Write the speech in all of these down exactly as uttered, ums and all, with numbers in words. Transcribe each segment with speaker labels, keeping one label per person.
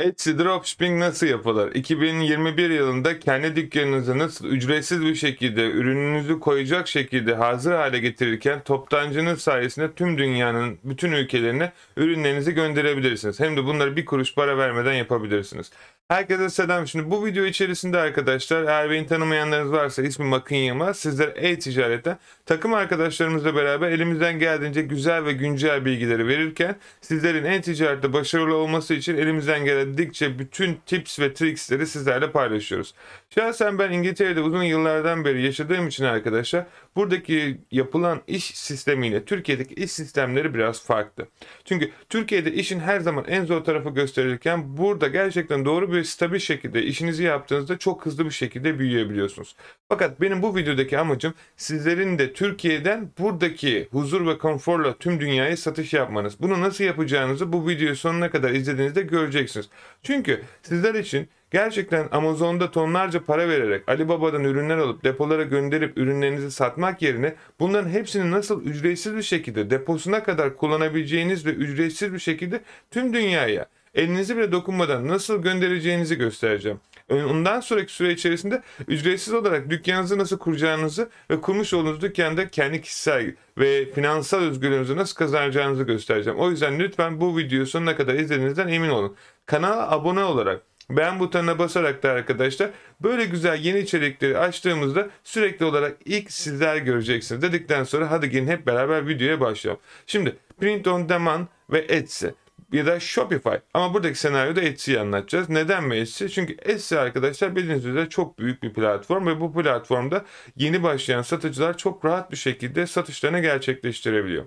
Speaker 1: Etsy Dropshipping nasıl yapılır? iki bin yirmi bir yılında kendi dükkanınızı nasıl ücretsiz bir şekilde ürününüzü koyacak şekilde hazır hale getirirken toptancınız sayesinde tüm dünyanın bütün ülkelerine ürünlerinizi gönderebilirsiniz. Hem de bunları bir kuruş para vermeden yapabilirsiniz. Herkese selam. Şimdi bu video içerisinde arkadaşlar, eğer beni tanımayanlarınız varsa, ismim Akın Yılmaz. Sizlere e-ticaretten takım arkadaşlarımızla beraber elimizden geldiğince güzel ve güncel bilgileri verirken sizlerin e-ticarette başarılı olması için elimizden geldikçe bütün tips ve triksleri sizlerle paylaşıyoruz. Şahsen ben İngiltere'de uzun yıllardan beri yaşadığım için arkadaşlar, buradaki yapılan iş sistemiyle Türkiye'deki iş sistemleri biraz farklı. Çünkü Türkiye'de işin her zaman en zor tarafı gösterilirken burada gerçekten doğru bir stabil şekilde işinizi yaptığınızda çok hızlı bir şekilde büyüyebiliyorsunuz. Fakat benim bu videodaki amacım sizlerin de Türkiye'den buradaki huzur ve konforla tüm dünyaya satış yapmanız. Bunu nasıl yapacağınızı bu videoyu sonuna kadar izlediğinizde göreceksiniz. Çünkü sizler için gerçekten Amazon'da tonlarca para vererek Alibaba'dan ürünler alıp depolara gönderip ürünlerinizi satmak yerine bunların hepsini nasıl ücretsiz bir şekilde deposuna kadar kullanabileceğiniz ve ücretsiz bir şekilde tüm dünyaya elinizi bile dokunmadan nasıl göndereceğinizi göstereceğim. Ondan sonraki süre içerisinde ücretsiz olarak dükkanınızı nasıl kuracağınızı ve kurmuş olduğunuz dükkanda kendi kişisel ve finansal özgürlüğünüzü nasıl kazanacağınızı göstereceğim. O yüzden lütfen bu videoyu sonuna kadar izlediğinizden emin olun. Kanala abone olarak, beğen butonuna basarak da arkadaşlar böyle güzel yeni içerikleri açtığımızda sürekli olarak ilk sizler göreceksiniz dedikten sonra hadi gelin hep beraber videoya başlayalım. Şimdi Print on Demand ve Etsy ya da Shopify, ama buradaki senaryoda Etsy'yi anlatacağız. Neden mi Etsy? Çünkü Etsy arkadaşlar bildiğiniz üzere çok büyük bir platform ve bu platformda yeni başlayan satıcılar çok rahat bir şekilde satışlarını gerçekleştirebiliyor.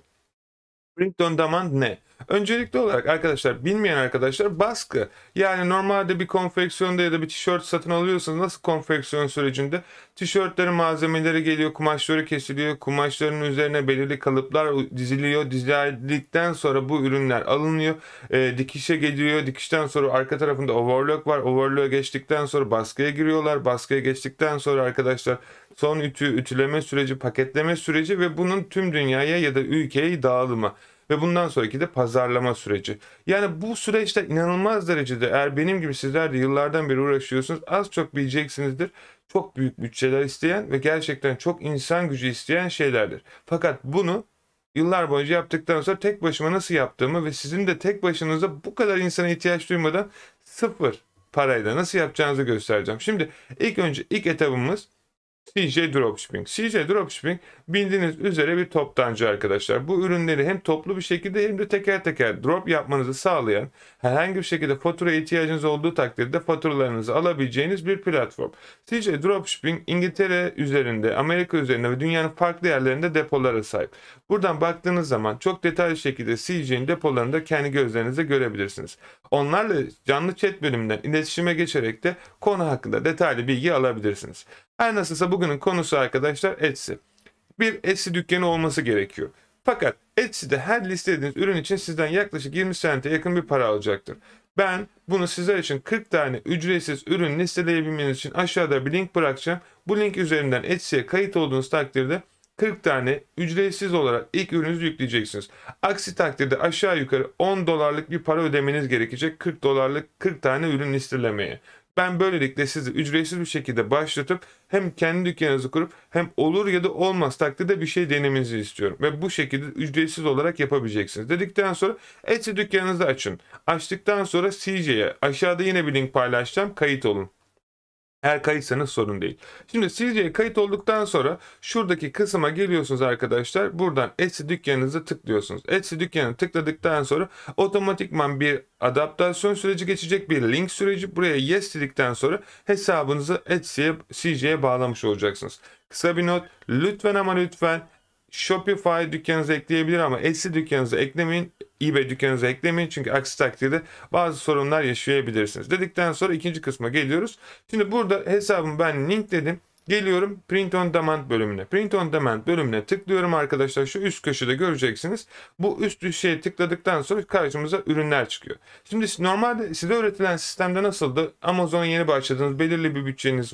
Speaker 1: Print on Demand ne? Öncelikli olarak arkadaşlar, bilmeyen arkadaşlar, baskı. Yani normalde bir konfeksiyonda ya da bir tişört satın alıyorsanız nasıl konfeksiyon sürecinde tişörtlerin malzemeleri geliyor, kumaşları kesiliyor, kumaşların üzerine belirli kalıplar diziliyor, dizildikten sonra bu ürünler alınıyor, e, dikişe geliyor, dikişten sonra arka tarafında overlock var, overlock'a geçtikten sonra baskıya giriyorlar, baskıya geçtikten sonra arkadaşlar son ütü, ütüleme süreci, paketleme süreci ve bunun tüm dünyaya ya da ülkeye dağılımı. Ve bundan sonraki de pazarlama süreci. Yani bu süreçte inanılmaz derecede, eğer benim gibi sizler de yıllardan beri uğraşıyorsunuz, az çok bileceksinizdir. Çok büyük bütçeler isteyen ve gerçekten çok insan gücü isteyen şeylerdir. Fakat bunu yıllar boyunca yaptıktan sonra tek başıma nasıl yaptığımı ve sizin de tek başınıza bu kadar insana ihtiyaç duymadan sıfır parayla nasıl yapacağınızı göstereceğim. Şimdi ilk önce ilk etapımız C J Dropshipping. C J Dropshipping bildiğiniz üzere bir toptancı arkadaşlar. Bu ürünleri hem toplu bir şekilde hem de teker teker drop yapmanızı sağlayan, herhangi bir şekilde faturaya ihtiyacınız olduğu takdirde faturalarınızı alabileceğiniz bir platform. C J Dropshipping İngiltere üzerinde, Amerika üzerinde ve dünyanın farklı yerlerinde depolara sahip. Buradan baktığınız zaman çok detaylı şekilde C J'nin depolarını da kendi gözlerinizle görebilirsiniz. Onlarla canlı chat bölümünden iletişime geçerek de konu hakkında detaylı bilgi alabilirsiniz. Her nasılsa bugünün konusu arkadaşlar Etsy. Bir Etsy dükkanı olması gerekiyor. Fakat Etsy'de her listelediğiniz ürün için sizden yaklaşık yirmi sente yakın bir para alacaktır. Ben bunu sizler için kırk tane ücretsiz ürün listeleyebilmeniz için aşağıda bir link bırakacağım. Bu link üzerinden Etsy'ye kayıt olduğunuz takdirde kırk tane ücretsiz olarak ilk ürününüzü yükleyeceksiniz. Aksi takdirde aşağı yukarı on dolarlık bir para ödemeniz gerekecek kırk dolarlık kırk tane ürün listelemeye. Ben böylelikle sizi ücretsiz bir şekilde başlatıp hem kendi dükkanınızı kurup hem olur ya da olmaz takdirde bir şey denemenizi istiyorum. Ve bu şekilde ücretsiz olarak yapabileceksiniz. Dedikten sonra Etsy dükkanınızı açın. Açtıktan sonra C J'ye aşağıda yine bir link paylaşacağım. Kayıt olun. Eğer kayıtsanız sorun değil. Şimdi C J'ye kayıt olduktan sonra şuradaki kısma geliyorsunuz arkadaşlar. Buradan Etsy dükkanınızı tıklıyorsunuz. Etsy dükkanı tıkladıktan sonra otomatikman bir adaptasyon süreci geçecek, bir link süreci. Buraya yes dedikten sonra hesabınızı Etsy'ye, C J'ye bağlamış olacaksınız. Kısa bir not. Lütfen ama lütfen Shopify dükkanınıza ekleyebilir ama Etsy dükkanınıza eklemeyin. eBay dükkanınıza eklemeyin, çünkü aksi takdirde bazı sorunlar yaşayabilirsiniz. Dedikten sonra ikinci kısma geliyoruz. Şimdi burada hesabımı ben linkledim. Geliyorum Print on Demand bölümüne. Print on Demand bölümüne tıklıyorum arkadaşlar. Şu üst köşede göreceksiniz. Bu üst şeye tıkladıktan sonra karşımıza ürünler çıkıyor. Şimdi normalde size öğretilen sistemde nasıldı? Amazon'a yeni başladınız. Belirli bir bütçeniz var.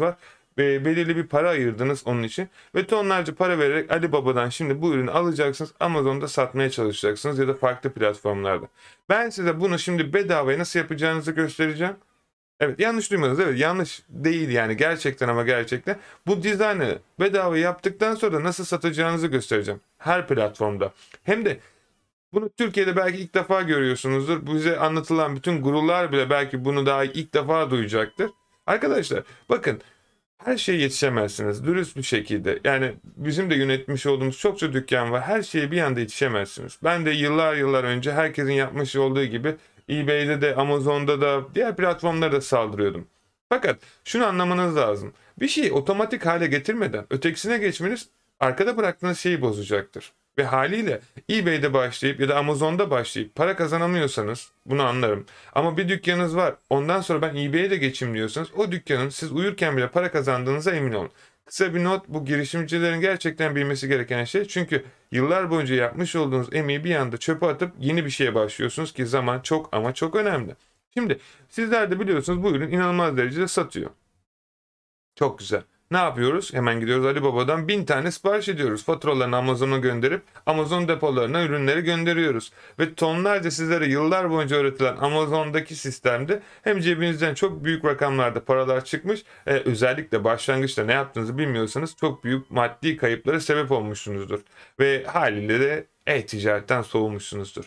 Speaker 1: e, belirli bir para ayırdınız onun için ve tonlarca para vererek Alibaba'dan şimdi bu ürünü alacaksınız. Amazon'da satmaya çalışacaksınız ya da farklı platformlarda. Ben size bunu şimdi bedavaya nasıl yapacağınızı göstereceğim. Evet, yanlış duymadınız. Evet, yanlış değil yani, gerçekten ama gerçekten. Bu dizaynı bedava yaptıktan sonra nasıl satacağınızı göstereceğim. Her platformda. Hem de bunu Türkiye'de belki ilk defa görüyorsunuzdur. Bize anlatılan bütün gurular bile belki bunu daha ilk defa duyacaktır. Arkadaşlar bakın, her şeye yetişemezsiniz dürüst bir şekilde. Yani bizim de yönetmiş olduğumuz çokça dükkan var. Her şeye bir anda yetişemezsiniz. Ben de yıllar yıllar önce herkesin yapmış olduğu gibi eBay'de de, Amazon'da da, diğer platformlara da saldırıyordum. Fakat şunu anlamanız lazım. Bir şeyi otomatik hale getirmeden ötekisine geçmeniz arkada bıraktığınız şeyi bozacaktır. Ve haliyle eBay'de başlayıp ya da Amazon'da başlayıp para kazanamıyorsanız bunu anlarım. Ama bir dükkanınız var, ondan sonra ben eBay'e de geçeyim diyorsanız o dükkanın siz uyurken bile para kazandığınıza emin olun. Kısa bir not, bu girişimcilerin gerçekten bilmesi gereken şey. Çünkü yıllar boyunca yapmış olduğunuz emeği bir anda çöpe atıp yeni bir şeye başlıyorsunuz ki zaman çok ama çok önemli. Şimdi sizler de biliyorsunuz bu ürün inanılmaz derecede satıyor. Çok güzel. Ne yapıyoruz? Hemen gidiyoruz Alibaba'dan bin tane sipariş ediyoruz. Faturalarını Amazon'a gönderip Amazon depolarına ürünleri gönderiyoruz. Ve tonlarca sizlere yıllar boyunca öğretilen Amazon'daki sistemde hem cebinizden çok büyük rakamlarda paralar çıkmış, e, özellikle başlangıçta ne yaptığınızı bilmiyorsanız çok büyük maddi kayıplara sebep olmuşsunuzdur. Ve haliyle de e-ticaretten soğumuşsunuzdur.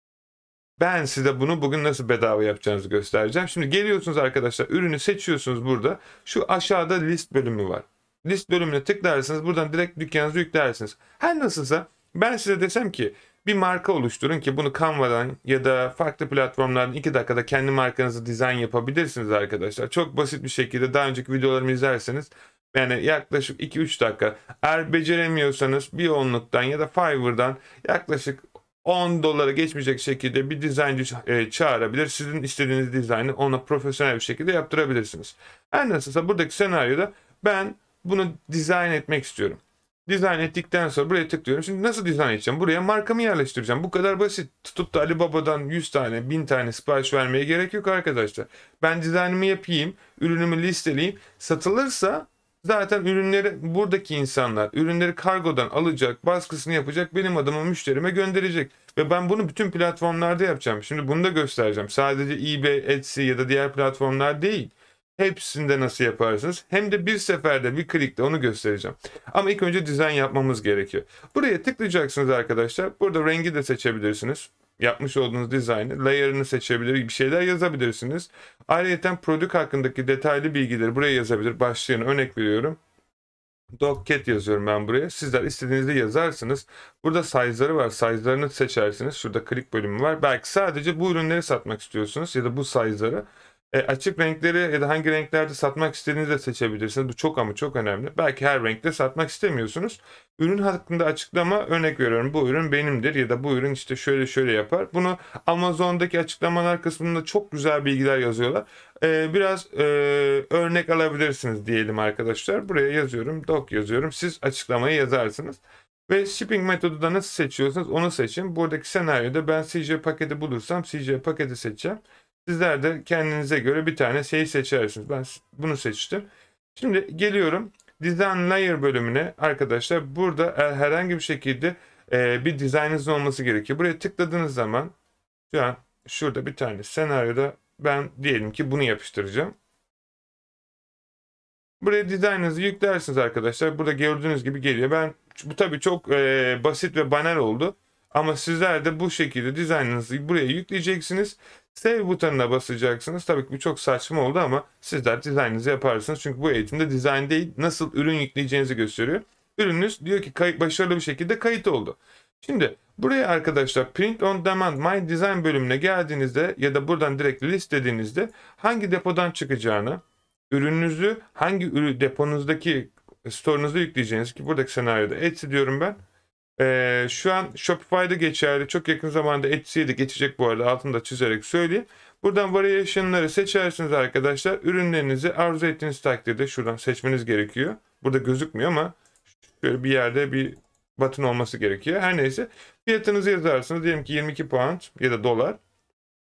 Speaker 1: Ben size bunu bugün nasıl bedava yapacağınızı göstereceğim. Şimdi geliyorsunuz arkadaşlar, ürünü seçiyorsunuz burada. Şu aşağıda list bölümü var. List bölümüne tıklarsınız, buradan direkt dükkanınızı yüklersiniz. Her nasılsa ben size desem ki bir marka oluşturun ki bunu Canva'dan ya da farklı platformlardan iki dakikada kendi markanızı dizayn yapabilirsiniz arkadaşlar. Çok basit bir şekilde daha önceki videolarımı izlerseniz yani yaklaşık iki üç dakika. Eğer beceremiyorsanız bir onluktan ya da Fiverr'dan yaklaşık on dolara geçmeyecek şekilde bir dizayncı e, çağırabilir. Sizin istediğiniz dizaynı ona profesyonel bir şekilde yaptırabilirsiniz. Her nasılsa buradaki senaryoda ben bunu dizayn etmek istiyorum. Dizayn ettikten sonra buraya tıklıyorum. Şimdi nasıl dizayn edeceğim? Buraya markamı yerleştireceğim. Bu kadar basit. Tutup da Alibaba'dan yüz tane, bin tane sipariş vermeye gerek yok arkadaşlar. Ben dizaynımı yapayım, ürünümü listeleyeyim. Satılırsa zaten ürünleri buradaki insanlar ürünleri kargodan alacak, baskısını yapacak, benim adıma müşterime gönderecek. Ve ben bunu bütün platformlarda yapacağım. Şimdi bunu da göstereceğim. Sadece eBay, Etsy ya da diğer platformlar değil. Hepsinde nasıl yaparsınız? Hem de bir seferde, bir klikte onu göstereceğim. Ama ilk önce dizayn yapmamız gerekiyor. Buraya tıklayacaksınız arkadaşlar. Burada rengi de seçebilirsiniz. Yapmış olduğunuz dizaynı, layer'ını seçebilir, bir şeyler yazabilirsiniz. Ayrıca prodük hakkındaki detaylı bilgileri buraya yazabilir. Başlığını örnek veriyorum. Dogcat yazıyorum ben buraya. Sizler istediğinizde yazarsınız. Burada size'ları var. Size'larını seçersiniz. Şurada klik bölümü var. Belki sadece bu ürünleri satmak istiyorsunuz ya da bu size'ları. E, açık renkleri ya da hangi renklerde satmak istediğinizi de seçebilirsiniz. Bu çok ama çok önemli. Belki her renkte satmak istemiyorsunuz. Ürün hakkında açıklama, örnek veriyorum. Bu ürün benimdir ya da bu ürün işte şöyle şöyle yapar. Bunu Amazon'daki açıklamalar kısmında çok güzel bilgiler yazıyorlar. E, biraz e, örnek alabilirsiniz diyelim arkadaşlar. Buraya yazıyorum. Doc yazıyorum. Siz açıklamayı yazarsınız. Ve shipping metodu da nasıl seçiyorsanız onu seçin. Buradaki senaryoda ben C J paketi bulursam C J paketi seçeceğim. Sizler de kendinize göre bir tane şey seçersiniz. Ben bunu seçtim. Şimdi geliyorum Design Layer bölümüne arkadaşlar. Burada herhangi bir şekilde e, bir dizaynınız olması gerekiyor. Buraya tıkladığınız zaman şu an şurada bir tane senaryoda ben diyelim ki bunu yapıştıracağım. Buraya dizaynınızı yüklersiniz arkadaşlar. Burada gördüğünüz gibi geliyor. Ben bu tabii çok e, basit ve banal oldu. Ama sizler de bu şekilde dizaynınızı buraya yükleyeceksiniz. Save butonuna basacaksınız. Tabii ki bu çok saçma oldu ama sizler dizaynınızı yaparsınız. Çünkü bu eğitimde dizayn değil, nasıl ürün yükleyeceğinizi gösteriyor. Ürününüz diyor ki kayıt, başarılı bir şekilde kayıt oldu. Şimdi buraya arkadaşlar Print on Demand My Design bölümüne geldiğinizde ya da buradan direkt listelediğinizde hangi depodan çıkacağını, ürününüzü hangi ürün deponuzdaki store'unuza yükleyeceğiniz ki buradaki senaryoda Etsy diyorum ben. Ee, şu an Shopify'da geçerli. Çok yakın zamanda Etsy'ye de geçecek bu arada. Altını çizerek söyleyeyim. Buradan variation'ları seçersiniz arkadaşlar. Ürünlerinizi arzu ettiğiniz takdirde şuradan seçmeniz gerekiyor. Burada gözükmüyor ama şöyle bir yerde bir button olması gerekiyor. Her neyse fiyatınızı yazarsınız. Diyelim ki yirmi iki pound ya da dolar.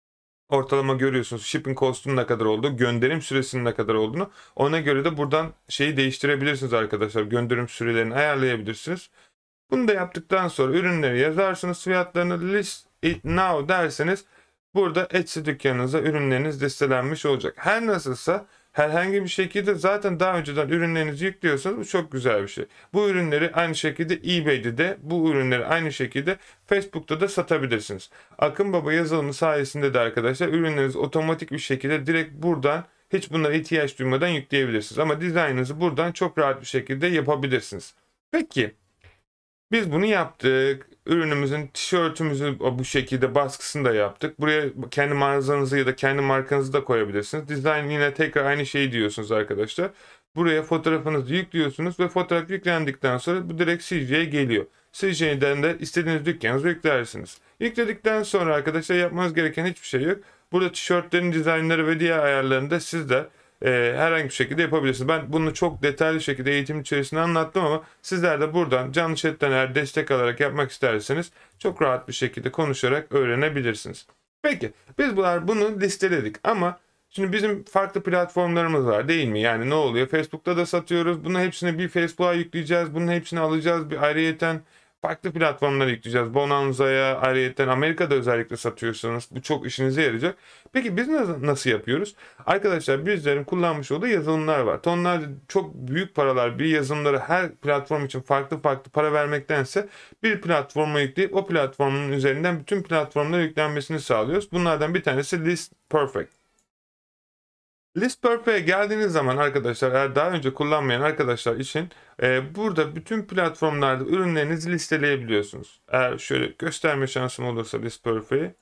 Speaker 1: Ortalama görüyorsunuz shipping cost'un ne kadar olduğu, gönderim süresinin ne kadar olduğunu. Ona göre de buradan şeyi değiştirebilirsiniz arkadaşlar. Gönderim sürelerini ayarlayabilirsiniz. Bunu da yaptıktan sonra ürünleri yazarsınız. Fiyatlarını list it now derseniz burada Etsy dükkanınıza ürünleriniz listelenmiş olacak. Her nasılsa herhangi bir şekilde zaten daha önceden ürünlerinizi yüklüyorsanız bu çok güzel bir şey. Bu ürünleri aynı şekilde eBay'de de bu ürünleri aynı şekilde Facebook'ta da satabilirsiniz. Akın Baba yazılımı sayesinde de arkadaşlar ürünlerinizi otomatik bir şekilde direkt buradan hiç bunlara ihtiyaç duymadan yükleyebilirsiniz. Ama dizaynınızı buradan çok rahat bir şekilde yapabilirsiniz. Peki. Biz bunu yaptık. Ürünümüzün tişörtümüzü bu şekilde baskısını da yaptık. Buraya kendi mağazanızı ya da kendi markanızı da koyabilirsiniz. Design yine tekrar aynı şeyi diyorsunuz arkadaşlar. Buraya fotoğrafınızı yüklüyorsunuz ve fotoğraf yüklendikten sonra bu direkt C J'ye geliyor. C J'den de istediğiniz dükkanınıza yüklersiniz. Yükledikten sonra arkadaşlar yapmanız gereken hiçbir şey yok. Burada tişörtlerin dizaynları ve diğer ayarlarını da sizler e, herhangi bir şekilde yapabilirsiniz. Ben bunu çok detaylı şekilde eğitim içerisinde anlattım ama sizler de buradan canlı chatten eğer destek alarak yapmak isterseniz çok rahat bir şekilde konuşarak öğrenebilirsiniz. Peki biz bunlar bunu listeledik ama şimdi bizim farklı platformlarımız var değil mi? Yani ne oluyor? Facebook'ta da satıyoruz. Bunun hepsini bir Facebook'a yükleyeceğiz. Bunun hepsini alacağız. Bir ayrıyeten farklı platformlara yükleyeceğiz. Bonanza'ya, ayrıyeten Amerika'da özellikle satıyorsanız bu çok işinize yarayacak. Peki biz nasıl yapıyoruz? Arkadaşlar bizlerin kullanmış olduğu yazılımlar var. Tonlarca çok büyük paralar bir yazılımları her platform için farklı farklı para vermektense bir platforma yükleyip o platformun üzerinden bütün platformlara yüklenmesini sağlıyoruz. Bunlardan bir tanesi List Perfect. List Perfect'e geldiğiniz zaman arkadaşlar eğer daha önce kullanmayan arkadaşlar için e, burada bütün platformlarda ürünlerinizi listeleyebiliyorsunuz. Eğer şöyle gösterme şansım olursa List Perfect'i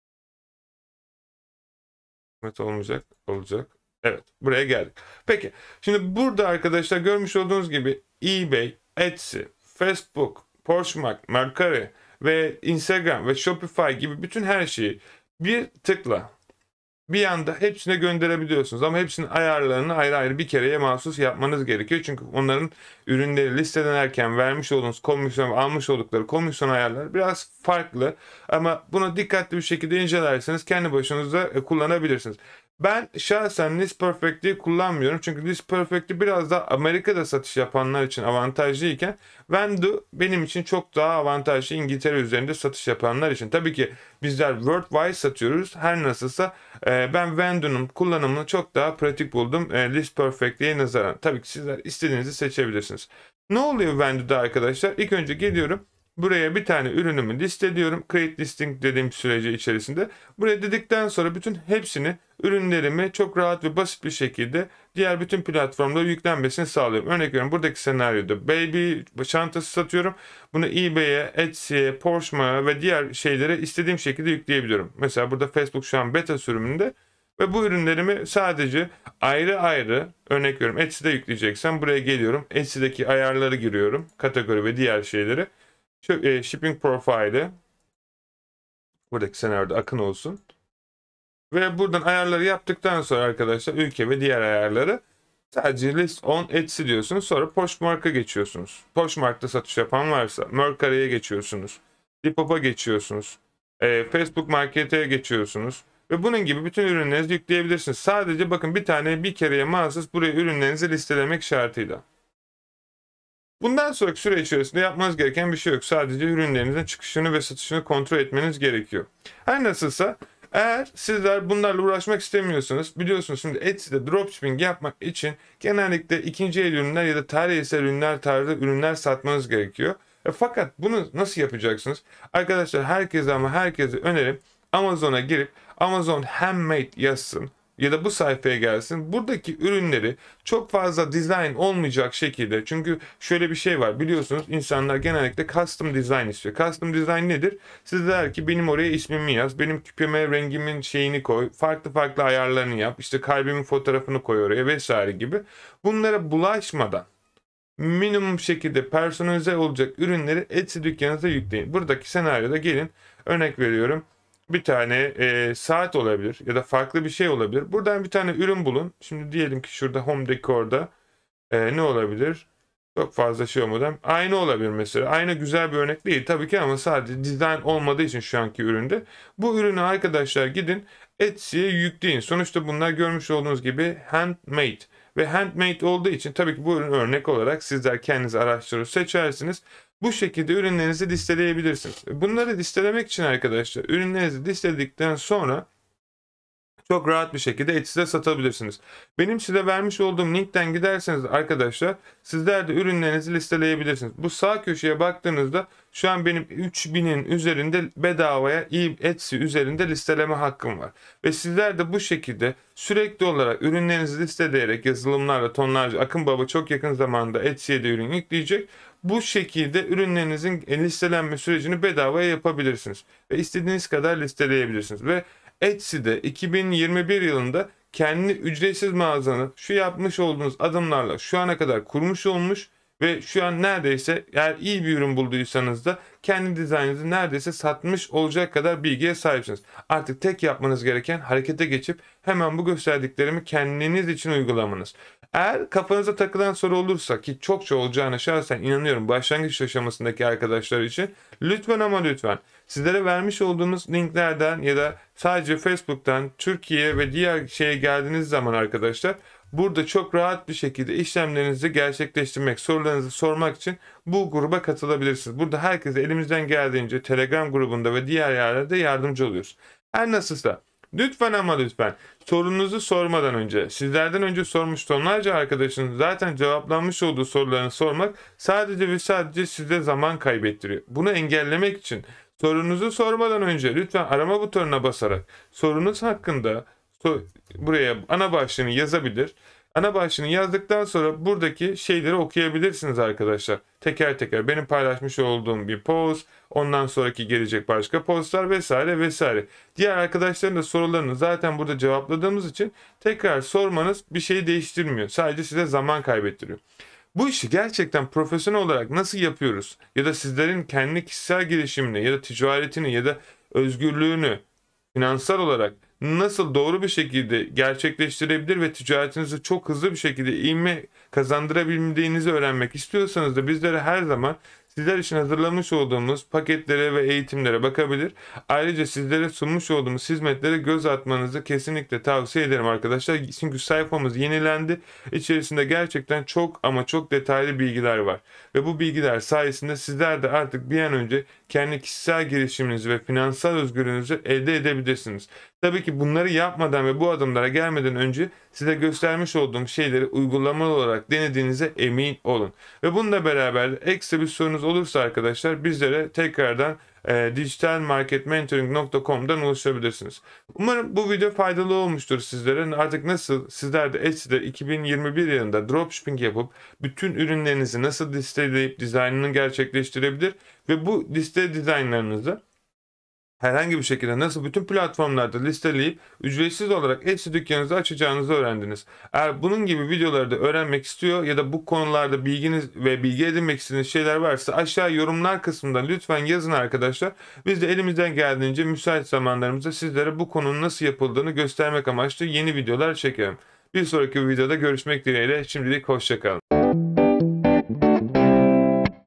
Speaker 1: evet, olmayacak olacak. Evet buraya geldik. Peki şimdi burada arkadaşlar görmüş olduğunuz gibi eBay, Etsy, Facebook, Poshmark, Mercari ve Instagram ve Shopify gibi bütün her şeyi bir tıkla bir anda hepsine gönderebiliyorsunuz ama hepsinin ayarlarını ayrı ayrı bir kereye mahsus yapmanız gerekiyor. Çünkü onların ürünleri listelenirken vermiş olduğunuz komisyon ve almış oldukları komisyon ayarları biraz farklı. Ama bunu dikkatli bir şekilde incelerseniz kendi başınıza kullanabilirsiniz. Ben şahsen List Perfect'i kullanmıyorum. Çünkü List Perfect'i biraz da Amerika'da satış yapanlar için avantajlıyken Vendoo benim için çok daha avantajlı İngiltere üzerinde satış yapanlar için. Tabii ki bizler worldwide satıyoruz. Her nasılsa e, ben Vendoo'nun kullanımını çok daha pratik buldum e, List Perfect'e nazaran. Tabii ki sizler istediğinizi seçebilirsiniz. Ne oluyor Vendoo'da arkadaşlar? İlk önce geliyorum. Buraya bir tane ürünümü listeliyorum. Create listing dediğim süreci içerisinde. Buraya dedikten sonra bütün hepsini ürünlerimi çok rahat ve basit bir şekilde diğer bütün platformlara yüklenmesini sağlıyorum. Örnek veriyorum buradaki senaryoda baby çantası satıyorum. Bunu eBay'e, Etsy'ye, Poshmark'a ve diğer şeylere istediğim şekilde yükleyebiliyorum. Mesela burada Facebook şu an beta sürümünde ve bu ürünlerimi sadece ayrı ayrı örnek veriyorum Etsy'de yükleyeceksem buraya geliyorum. Etsy'deki ayarları giriyorum. Kategori ve diğer şeyleri. Şu, e, shipping profile'i buradaki senaryoda akın olsun. Ve buradan ayarları yaptıktan sonra arkadaşlar ülke ve diğer ayarları sadece list on Etsy diyorsunuz. Sonra Poshmark'a geçiyorsunuz. Poshmark'ta satış yapan varsa Mercari'ye geçiyorsunuz. Depop'a geçiyorsunuz. E, Facebook Market'e geçiyorsunuz. Ve bunun gibi bütün ürünlerinizi yükleyebilirsiniz. Sadece bakın bir tane bir kereye mahsus buraya ürünlerinizi listelemek şartıyla. Bundan sonraki süre içerisinde yapmanız gereken bir şey yok. Sadece ürünlerinizin çıkışını ve satışını kontrol etmeniz gerekiyor. Her nasılsa eğer sizler bunlarla uğraşmak istemiyorsanız biliyorsunuz şimdi Etsy'de dropshipping yapmak için genellikle ikinci el ürünler ya da tarihsel ürünler tarzı ürünler satmanız gerekiyor. E fakat bunu nasıl yapacaksınız? Arkadaşlar herkese ama herkese önerim Amazon'a girip Amazon Handmade yazsın. Ya da bu sayfaya gelsin. Buradaki ürünleri çok fazla design olmayacak şekilde. Çünkü şöyle bir şey var. Biliyorsunuz insanlar genellikle custom design istiyor. Custom design nedir? Siz der ki benim oraya ismimi yaz. Benim küpeme rengimin şeyini koy. Farklı farklı ayarlarını yap. İşte kalbimin fotoğrafını koy oraya vesaire gibi. Bunlara bulaşmadan minimum şekilde personalize olacak ürünleri Etsy dükkanınıza yükleyin. Buradaki senaryoda gelin. Örnek veriyorum. Bir tane e, saat olabilir ya da farklı bir şey olabilir. Buradan bir tane ürün bulun. Şimdi diyelim ki şurada Home Decor'da e, ne olabilir? Çok fazla şey olmadan. Ayna olabilir mesela. Ayna güzel bir örnek değil tabii ki ama sadece dizayn olmadığı için şu anki üründe. Bu ürünü arkadaşlar gidin Etsy'ye yükleyin. Sonuçta bunlar görmüş olduğunuz gibi handmade. Ve handmade olduğu için tabii ki bu ürün örnek olarak sizler kendiniz araştırır seçersiniz. Bu şekilde ürünlerinizi listeleyebilirsiniz. Bunları listelemek için arkadaşlar ürünlerinizi listeledikten sonra çok rahat bir şekilde Etsy'de satabilirsiniz. Benim size vermiş olduğum linkten giderseniz arkadaşlar sizler de ürünlerinizi listeleyebilirsiniz. Bu sağ köşeye baktığınızda şu an benim üç binin üzerinde bedavaya Etsy üzerinde listeleme hakkım var. Ve sizler de bu şekilde sürekli olarak ürünlerinizi listeleyerek yazılımlarla tonlarca Akın Baba çok yakın zamanda Etsy'ye de ürün yükleyecek. Bu şekilde ürünlerinizin listelenme sürecini bedavaya yapabilirsiniz. Ve istediğiniz kadar listeleyebilirsiniz. Ve Etsy'de iki bin yirmi bir yılında kendi ücretsiz mağazanı şu yapmış olduğunuz adımlarla şu ana kadar kurmuş olmuş ve şu an neredeyse eğer iyi bir ürün bulduysanız da kendi dizaynınızı neredeyse satmış olacak kadar bilgiye sahipsiniz. Artık tek yapmanız gereken harekete geçip hemen bu gösterdiklerimi kendiniz için uygulamanız. Eğer kafanıza takılan soru olursa ki çokça olacağına şahsen inanıyorum başlangıç aşamasındaki arkadaşlar için lütfen ama lütfen sizlere vermiş olduğumuz linklerden ya da sadece Facebook'tan Türkiye ve diğer şeye geldiğiniz zaman arkadaşlar burada çok rahat bir şekilde işlemlerinizi gerçekleştirmek, sorularınızı sormak için bu gruba katılabilirsiniz. Burada herkese elimizden geldiğince Telegram grubunda ve diğer yerlerde yardımcı oluyoruz. Her nasılsa lütfen ama lütfen sorunuzu sormadan önce sizlerden önce sormuş tonlarca arkadaşınız zaten cevaplanmış olduğu sorularını sormak sadece ve sadece size zaman kaybettiriyor. Bunu engellemek için sorunuzu sormadan önce lütfen arama butonuna basarak sorunuz hakkında so buraya ana başlığını yazabilir. Ana başlığını yazdıktan sonra buradaki şeyleri okuyabilirsiniz arkadaşlar. Teker teker benim paylaşmış olduğum bir post, ondan sonraki gelecek başka postlar vesaire vesaire. Diğer arkadaşların da sorularını zaten burada cevapladığımız için tekrar sormanız bir şeyi değiştirmiyor. Sadece size zaman kaybettiriyor. Bu işi gerçekten profesyonel olarak nasıl yapıyoruz? Ya da sizlerin kendi kişisel gelişimini ya da ticaretini ya da özgürlüğünü finansal olarak nasıl doğru bir şekilde gerçekleştirebilir ve ticaretinizi çok hızlı bir şekilde ivme kazandırabildiğinizi öğrenmek istiyorsanız da bizlere her zaman sizler için hazırlamış olduğumuz paketlere ve eğitimlere bakabilir. Ayrıca sizlere sunmuş olduğumuz hizmetlere göz atmanızı kesinlikle tavsiye ederim arkadaşlar. Çünkü sayfamız yenilendi. İçerisinde gerçekten çok ama çok detaylı bilgiler var. Ve bu bilgiler sayesinde sizler de artık bir an önce kendi kişisel gelişiminizi ve finansal özgürlüğünüzü elde edebilirsiniz. Tabii ki bunları yapmadan ve bu adımlara gelmeden önce size göstermiş olduğum şeyleri uygulamalı olarak denediğinize emin olun. Ve bununla beraber ekstra bir sorunuz olursa arkadaşlar bizlere tekrardan e, dijital market mentoring nokta com'dan ulaşabilirsiniz. Umarım bu video faydalı olmuştur sizlere. Artık nasıl sizler de Etsy'de iki bin yirmi bir yılında dropshipping yapıp bütün ürünlerinizi nasıl listeleyip dizaynını gerçekleştirebilir ve bu liste dizaynlarınızı herhangi bir şekilde nasıl bütün platformlarda listeleyip ücretsiz olarak Etsy dükkanınızı açacağınızı öğrendiniz. Eğer bunun gibi videoları da öğrenmek istiyor ya da bu konularda bilginiz ve bilgi edinmek istediğiniz şeyler varsa aşağı yorumlar kısmında lütfen yazın arkadaşlar. Biz de elimizden geldiğince müsait zamanlarımızda sizlere bu konunun nasıl yapıldığını göstermek amaçlı yeni videolar çekelim. Bir sonraki videoda görüşmek dileğiyle şimdilik hoşça kalın.